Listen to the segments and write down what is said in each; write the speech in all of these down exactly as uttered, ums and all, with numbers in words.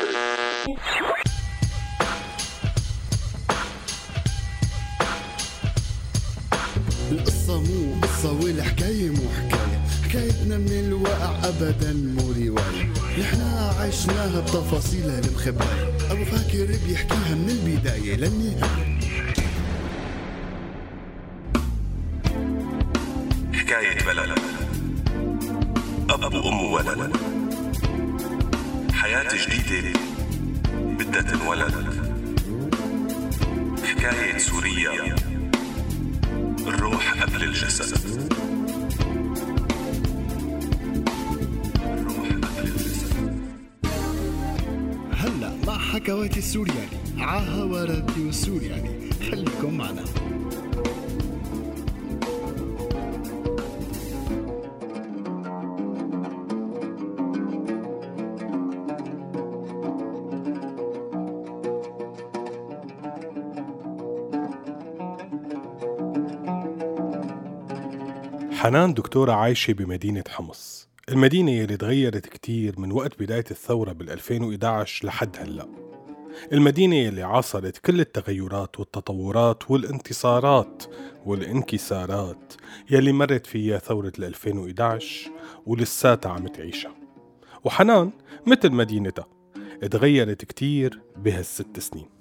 القصة مو قصة والحكاية مو حكاية، حكايتنا من الواقع أبدا مو رواية، نحنا عشناها بتفاصيلها المخباية، أبو فاكر بيحكيها من البداية للنهاية. حكاية بلد، أب وأم وولد، حياة جديدة بدها تنولد. حكاية سوريا، الروح قبل الجسد. الروح قبل الجسد. هلا مع حكواتي السورياني عاهوا راديو سورياني، خليكم معنا. حنان دكتورة عايشة بمدينة حمص، المدينة اللي تغيرت كتير من وقت بداية الثورة بالألفين وإحدى عشر لحد هلأ. المدينة اللي عاصرت كل التغيرات والتطورات والانتصارات والانكسارات يلي مرت فيها ثورة الألفين وإحدى عشر ولساتها عم تعيشها. وحنان مثل مدينتها تغيرت كتير بهالست سنين.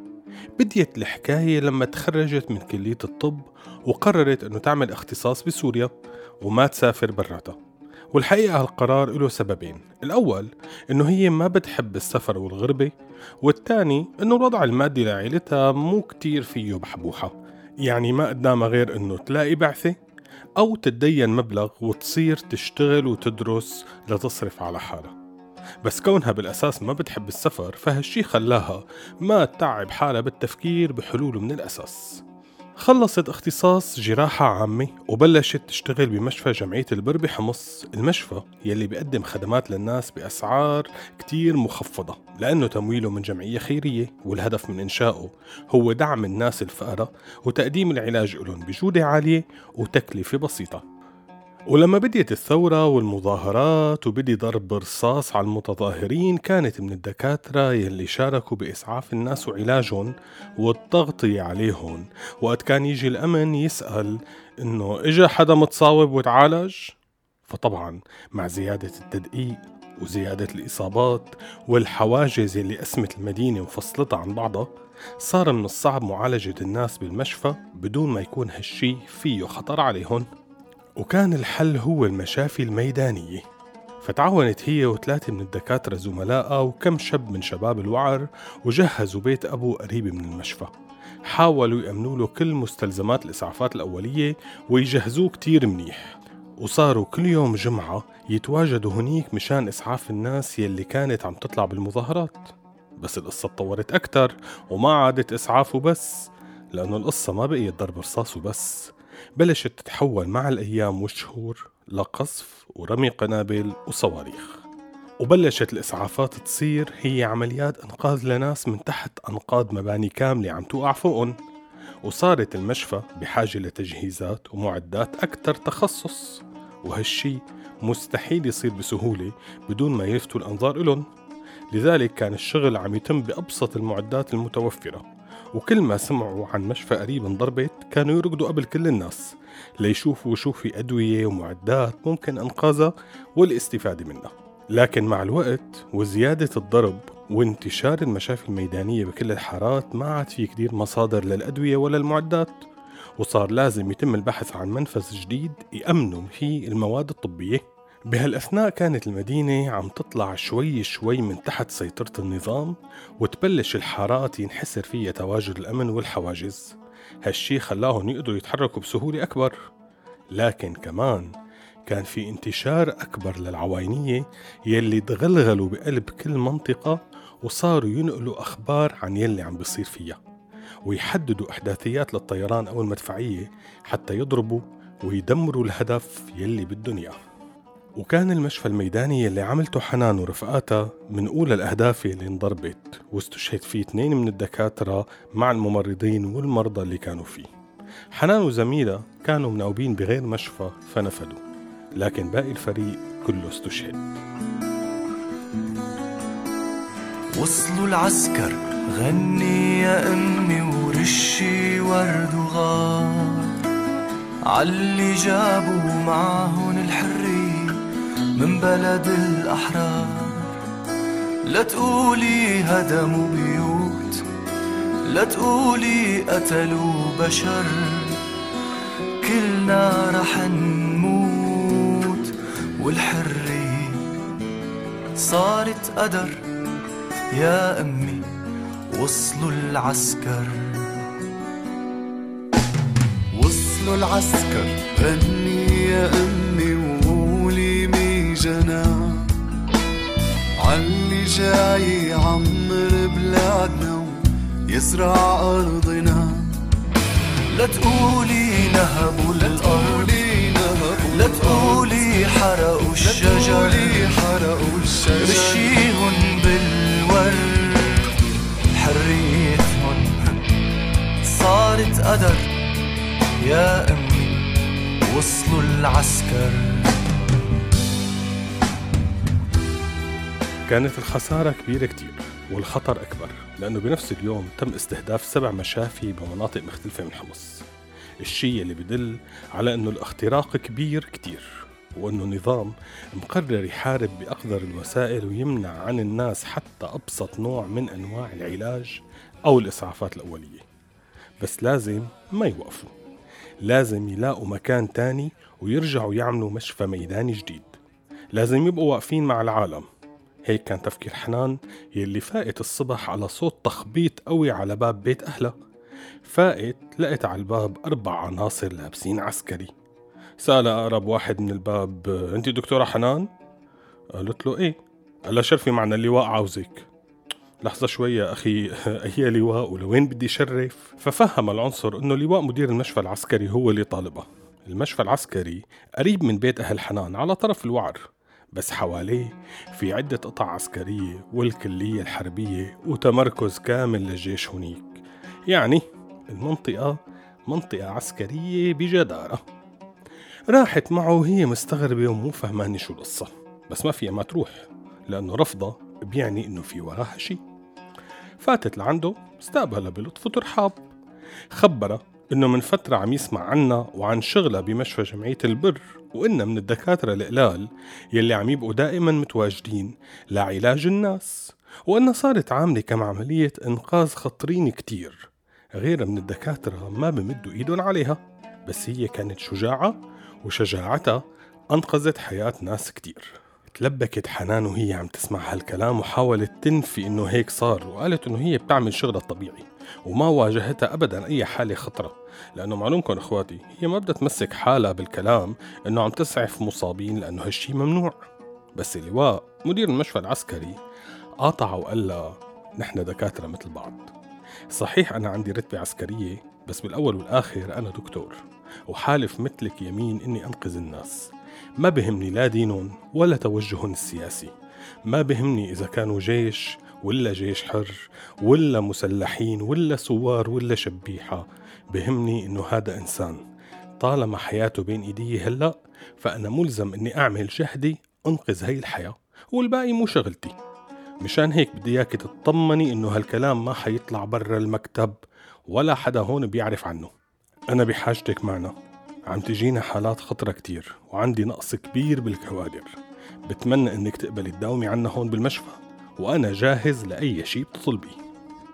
بديت الحكاية لما تخرجت من كلية الطب وقررت أنه تعمل اختصاص بسوريا وما تسافر براتها. والحقيقة هالقرار له سببين، الأول أنه هي ما بتحب السفر والغربة، والثاني أنه الوضع المادي لعائلتها مو كتير فيه بحبوحة، يعني ما قدامها غير أنه تلاقي بعثة أو تتدين مبلغ وتصير تشتغل وتدرس لتصرف على حالها. بس كونها بالأساس ما بتحب السفر فهالشي خلاها ما تتعب حالها بالتفكير بحلوله من الأساس. خلصت اختصاص جراحة عامة وبلشت تشتغل بمشفى جمعية البر بحمص، المشفى يلي بيقدم خدمات للناس بأسعار كتير مخفضة لأنه تمويله من جمعية خيرية، والهدف من إنشائه هو دعم الناس الفقراء وتقديم العلاج لهم بجودة عالية وتكلفة بسيطة. ولما بديت الثورة والمظاهرات وبدي ضرب رصاص على المتظاهرين، كانت من الدكاترة يلي شاركوا بإسعاف الناس وعلاجهم والتغطية عليهم. وقت كان يجي الأمن يسأل إنه إجا حدا متصاوب وتعالج، فطبعا مع زيادة التدقيق وزيادة الإصابات والحواجز يلي قسمت المدينة وفصلتها عن بعضها، صار من الصعب معالجة الناس بالمشفى بدون ما يكون هالشي فيه خطر عليهم. وكان الحل هو المشافي الميدانية. فتعاونت هي وثلاثة من الدكاترة زملائها وكم شاب من شباب الوعر وجهزوا بيت أبو قريب من المشفى. حاولوا يأمنوا له كل مستلزمات الإسعافات الأولية ويجهزوه كتير منيح، وصاروا كل يوم جمعة يتواجدوا هنيك مشان إسعاف الناس يلي كانت عم تطلع بالمظاهرات. بس القصة تطورت أكتر وما عادت إسعاف وبس، لأنه القصة ما بقيت ضرب رصاص وبس، بلشت تتحول مع الأيام والشهور لقصف ورمي قنابل وصواريخ. وبلشت الإسعافات تصير هي عمليات إنقاذ لناس من تحت أنقاض مباني كاملة عم توقع فوقن. وصارت المشفى بحاجة لتجهيزات ومعدات أكتر تخصص، وهالشي مستحيل يصير بسهولة بدون ما يلفتوا الأنظار إلن. لذلك كان الشغل عم يتم بأبسط المعدات المتوفرة، وكل ما سمعوا عن مشفى قريب انضربت كانوا يركضوا قبل كل الناس ليشوفوا شو في أدوية ومعدات ممكن أنقاذها والاستفادة منها. لكن مع الوقت وزيادة الضرب وانتشار المشافي الميدانية بكل الحارات ما عاد في كتير مصادر للأدوية ولا المعدات، وصار لازم يتم البحث عن منفذ جديد يأمنوا فيه المواد الطبية. بهالأثناء كانت المدينة عم تطلع شوي شوي من تحت سيطرة النظام، وتبلش الحارات ينحسر فيها تواجد الأمن والحواجز. هالشي خلاهم يقدروا يتحركوا بسهولة أكبر. لكن كمان كان في انتشار أكبر للعواينية يلي تغلغلوا بقلب كل منطقة، وصاروا ينقلوا أخبار عن يلي عم بيصير فيها ويحددوا إحداثيات للطيران أو المدفعية حتى يضربوا ويدمروا الهدف يلي بالدنيا. وكان المشفى الميداني اللي عملته حنان ورفقاتها من أولى الأهداف اللي انضربت، واستشهد فيه اثنين من الدكاترة مع الممرضين والمرضى اللي كانوا فيه. حنان وزميلها كانوا مناوبين بغير مشفى فنفدوا، لكن باقي الفريق كله استشهد. وصلوا العسكر غني يا أمي ورشي ورد وغار عاللي جابوا معهن الحرية من بلد الأحرار. لا تقولي هدموا بيوت، لا تقولي قتلوا بشر، كلنا رح نموت والحرية صارت قدر يا أمي. وصلوا العسكر وصلوا العسكر غني يا أمي وقولي مي جناح عاللي جاي يعمر بلادنا ويزرع أرضنا. لا تقولي نهبوا الأرض، لا تقولي حرقوا الشجر، رشيهن بالورد حريتهن صارت قدر يا أمي. وصلوا العسكر. كانت الخسارة كبيرة كتير والخطر أكبر، لأنه بنفس اليوم تم استهداف سبع مشافي بمناطق مختلفة من حمص، الشيء اللي بدل على أنه الاختراق كبير كتير، وأنه النظام مقرر يحارب بأقدر الوسائل ويمنع عن الناس حتى أبسط نوع من أنواع العلاج أو الإسعافات الأولية. بس لازم ما يوقفوا، لازم يلاقوا مكان تاني ويرجعوا يعملوا مشفى ميداني جديد، لازم يبقوا واقفين مع العالم. هيك كان تفكير حنان يلي فاقت الصبح على صوت تخبيط قوي على باب بيت أهلها. فاقت لقت على الباب أربع عناصر لابسين عسكري. سأل أقرب واحد من الباب: أنت دكتورة حنان؟ قالت له إيه. قال: شرفي معنا اللواء عاوزك. لحظة شوية أخي، أي لواء ولوين بدي شرف؟ ففهم العنصر أنه لواء مدير المشفى العسكري هو اللي طالبه. المشفى العسكري قريب من بيت أهل حنان على طرف الوعر، بس حواليه في عدة قطع عسكرية والكلية الحربية وتمركز كامل للجيش هنيك. يعني المنطقة منطقة عسكرية بجدارة. راحت معه وهي مستغربة ومو فهماني شو القصة، بس ما فيها ما تروح لأنه رفضه بيعني إنه في وراها شي. فاتت لعنده، استقبلها بلطف وترحاب، خبرها إنه من فترة عم يسمع عنا وعن شغلها بمشفى جمعية البر، وإنها من الدكاترة القلال يلي عم يبقوا دائما متواجدين لعلاج الناس، وإنها صارت عاملة كم عملية إنقاذ خطرين كتير غير من الدكاترة ما بمدوا إيدهم عليها. بس هي كانت شجاعة، وشجاعتها أنقذت حياة ناس كتير. تلبكت حنان وهي عم تسمع هالكلام وحاولت تنفي إنه هيك صار، وقالت إنه هي بتعمل شغلها الطبيعي وما واجهتها أبدا أي حالة خطرة، لأنه معلومكم إخواتي هي ما بدها تمسك حالها بالكلام إنه عم تسعف مصابين لأنه هالشي ممنوع. بس اللواء مدير المشفى العسكري قاطع وقال لها: نحن دكاترة مثل بعض، صحيح أنا عندي رتبة عسكرية، بس بالأول والآخر أنا دكتور وحالف مثلك يمين إني أنقذ الناس. ما بهمني لا دينهم ولا توجههم السياسي، ما بهمني إذا كانوا جيش ولا جيش حر ولا مسلحين ولا سوار ولا شبيحة، بهمني إنه هذا إنسان طالما حياته بين إيدي هلأ، فأنا ملزم إني أعمل جهدي أنقذ هاي الحياة والباقي مو شغلتي. مشان هيك بدي إياك تطمني إنه هالكلام ما حيطلع برا المكتب ولا حدا هون بيعرف عنه. أنا بحاجتك معنا، عم تجينا حالات خطرة كتير وعندي نقص كبير بالكوادر، بتمنى إنك تقبلي تداومي عنا هون بالمشفى وأنا جاهز لأي شيء بتطلبيه.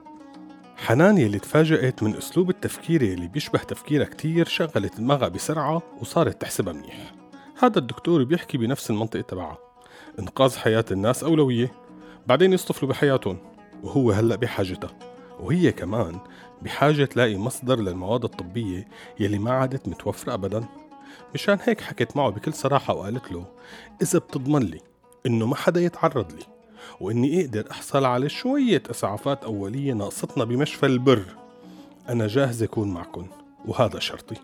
حنان يلي تفاجأت من أسلوب التفكير يلي بيشبه تفكيرها كتير شغلت دماغها بسرعة وصارت تحسبها منيح. هذا الدكتور بيحكي بنفس المنطقة تبعها، إنقاذ حياة الناس أولوية، بعدين يصطفلوا بحياتهم، وهو هلأ بحاجتها، وهي كمان بحاجة تلاقي مصدر للمواد الطبية يلي ما عادت متوفرة أبدا. مشان هيك حكت معه بكل صراحة وقالت له: إذا بتضمن لي إنه ما حدا يتعرض لي وإني أقدر أحصل على شوية إسعافات أولية ناقصتنا بمشفى البر، أنا جاهز أكون معكم وهذا شرطي.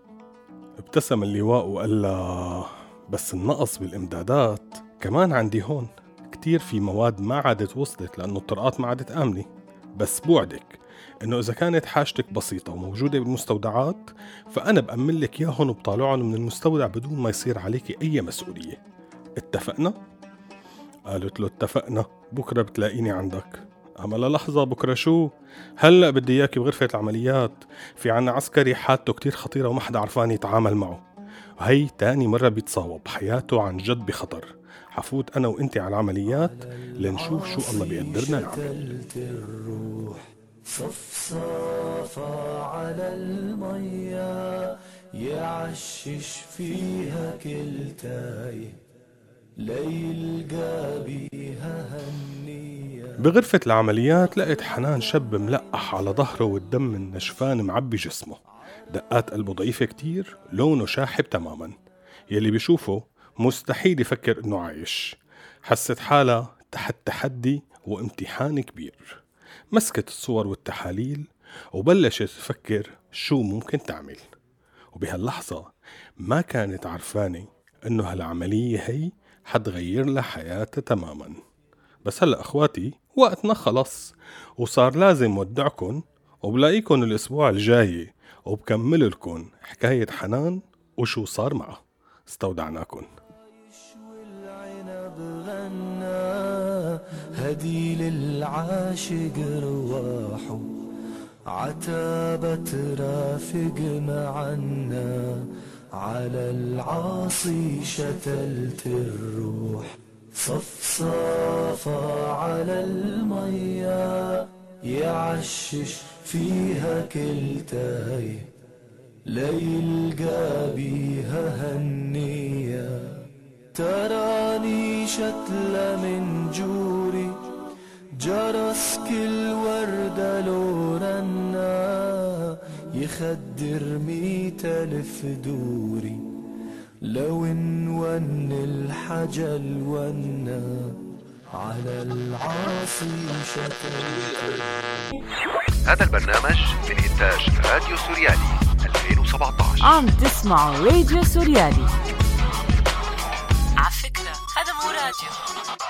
ابتسم اللواء وقال له: بس النقص بالإمدادات كمان عندي هون كتير، في مواد ما عادت وصلت لأنه الطرقات ما عادت آمنة، بس بوعدك إنه إذا كانت حاجتك بسيطة وموجودة بالمستودعات فأنا بأمن لك ياهن وبطالعهم من المستودع بدون ما يصير عليك أي مسؤولية. اتفقنا؟ قالت له: اتفقنا، بكرة بتلاقيني عندك. أما للحظة بكرة شو؟ هلأ بدي إياكي بغرفة العمليات في عنا عسكري حالته كتير خطيرة وما حدا عرفان يتعامل معه، وهي تاني مرة بيتصاوب، حياته عن جد بخطر. حفوت أنا وإنتي على العمليات لنشوف شو الله بيقدرنا نعمل. صفصافة على المية يعشش فيها كل تايه ليلقى بيها هنية. بغرفة العمليات لقيت حنان شاب ملقح على ظهره والدم النشفان معبي جسمه، دقات قلبه ضعيفة كتير، لونه شاحب تماما، يلي بيشوفه مستحيل يفكر انه عايش. حست حالها تحت تحدي وامتحان كبير. مسكت الصور والتحاليل وبلشت تفكر شو ممكن تعمل، وبهاللحظة ما كانت عرفانة انه هالعملية هي حتغير لها حياتها تماما. بس هلأ أخواتي وقتنا خلص وصار لازم ودعكن، وبلاقيكن الأسبوع الجاي وبكمل لكم حكاية حنان وشو صار معه. استودعناكن. هدي للعاشق رواحه عتابة ترافق معنا على العاصي شتلت الروح. صفصافة على المية يعشش فيها كل تايه ليلقى بيها هنية. تراني شتلة من جوري جرس كل وردة لورنا يخدر ميت ألف دوري لو نون الحجل ونا على العاصي شتل. هذا البرنامج من إنتاج راديو سوريالي ألفين وسبعة عشر. عم تسمعوا راديو سوريالي. على فكرة هذا مو راديو.